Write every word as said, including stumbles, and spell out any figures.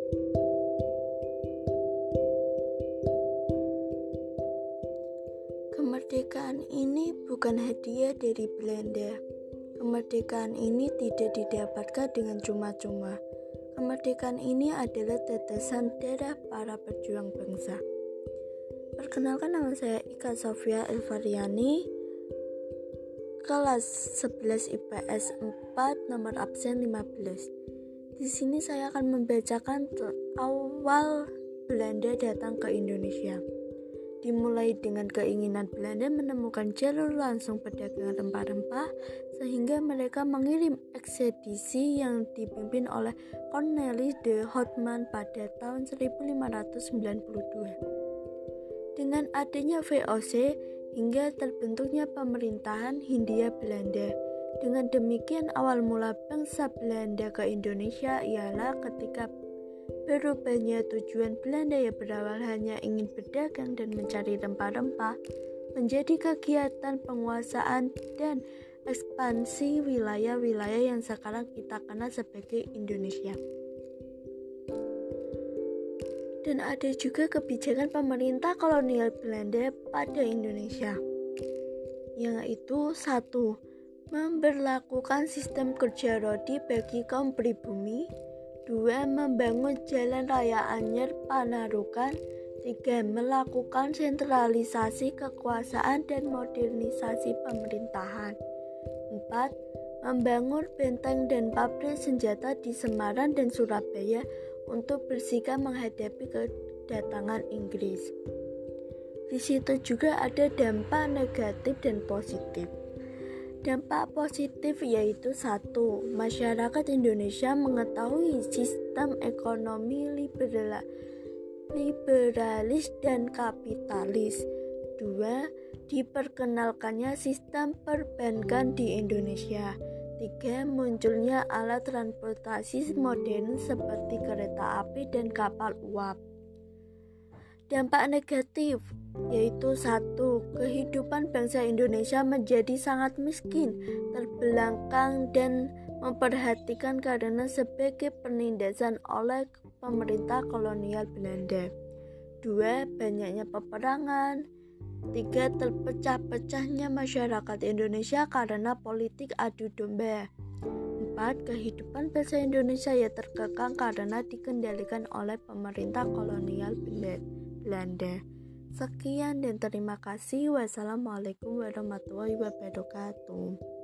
Kemerdekaan ini bukan hadiah dari Belanda. Kemerdekaan ini tidak didapatkan dengan cuma-cuma. Kemerdekaan ini adalah tetesan darah para pejuang bangsa. Perkenalkan, nama saya Ika Sofia Elvariani, kelas sebelas I P S empat, nomor absen lima belas. Di sini saya akan membacakan awal Belanda datang ke Indonesia. Dimulai dengan keinginan Belanda menemukan jalur langsung perdagangan rempah-rempah, sehingga mereka mengirim ekspedisi yang dipimpin oleh Cornelis de Houtman pada tahun seribu lima ratus sembilan puluh dua. Dengan adanya V O C hingga terbentuknya pemerintahan Hindia Belanda. Dengan demikian, awal mula bangsa Belanda ke Indonesia ialah ketika berubahnya tujuan Belanda yang berawal hanya ingin berdagang dan mencari rempah-rempah menjadi kegiatan penguasaan dan ekspansi wilayah-wilayah yang sekarang kita kenal sebagai Indonesia. Dan ada juga kebijakan pemerintah kolonial Belanda pada Indonesia, yaitu satu. Memberlakukan sistem kerja rodi bagi kaum pribumi. Dua. Membangun jalan raya Anyer Panarukan. Tiga. Melakukan sentralisasi kekuasaan dan modernisasi pemerintahan. Empat. Membangun benteng dan pabrik senjata di Semarang dan Surabaya untuk bersikap menghadapi kedatangan Inggris. Di situ juga ada dampak negatif dan positif. Dampak positif yaitu satu. Masyarakat Indonesia mengetahui sistem ekonomi liberal, liberalis dan kapitalis. Dua. Diperkenalkannya sistem perbankan di Indonesia. Tiga. Munculnya alat transportasi modern seperti kereta api dan kapal uap. Dampak negatif yaitu satu. Kehidupan bangsa Indonesia menjadi sangat miskin, terbelakang dan memperhatikan karena sebagai penindasan oleh pemerintah kolonial Belanda. Dua. Banyaknya peperangan. Tiga. Terpecah-pecahnya masyarakat Indonesia karena politik adu domba. Empat. Kehidupan bangsa Indonesia yang terkekang karena dikendalikan oleh pemerintah kolonial Belanda. Sekian dan terima kasih. Wassalamualaikum warahmatullahi wabarakatuh.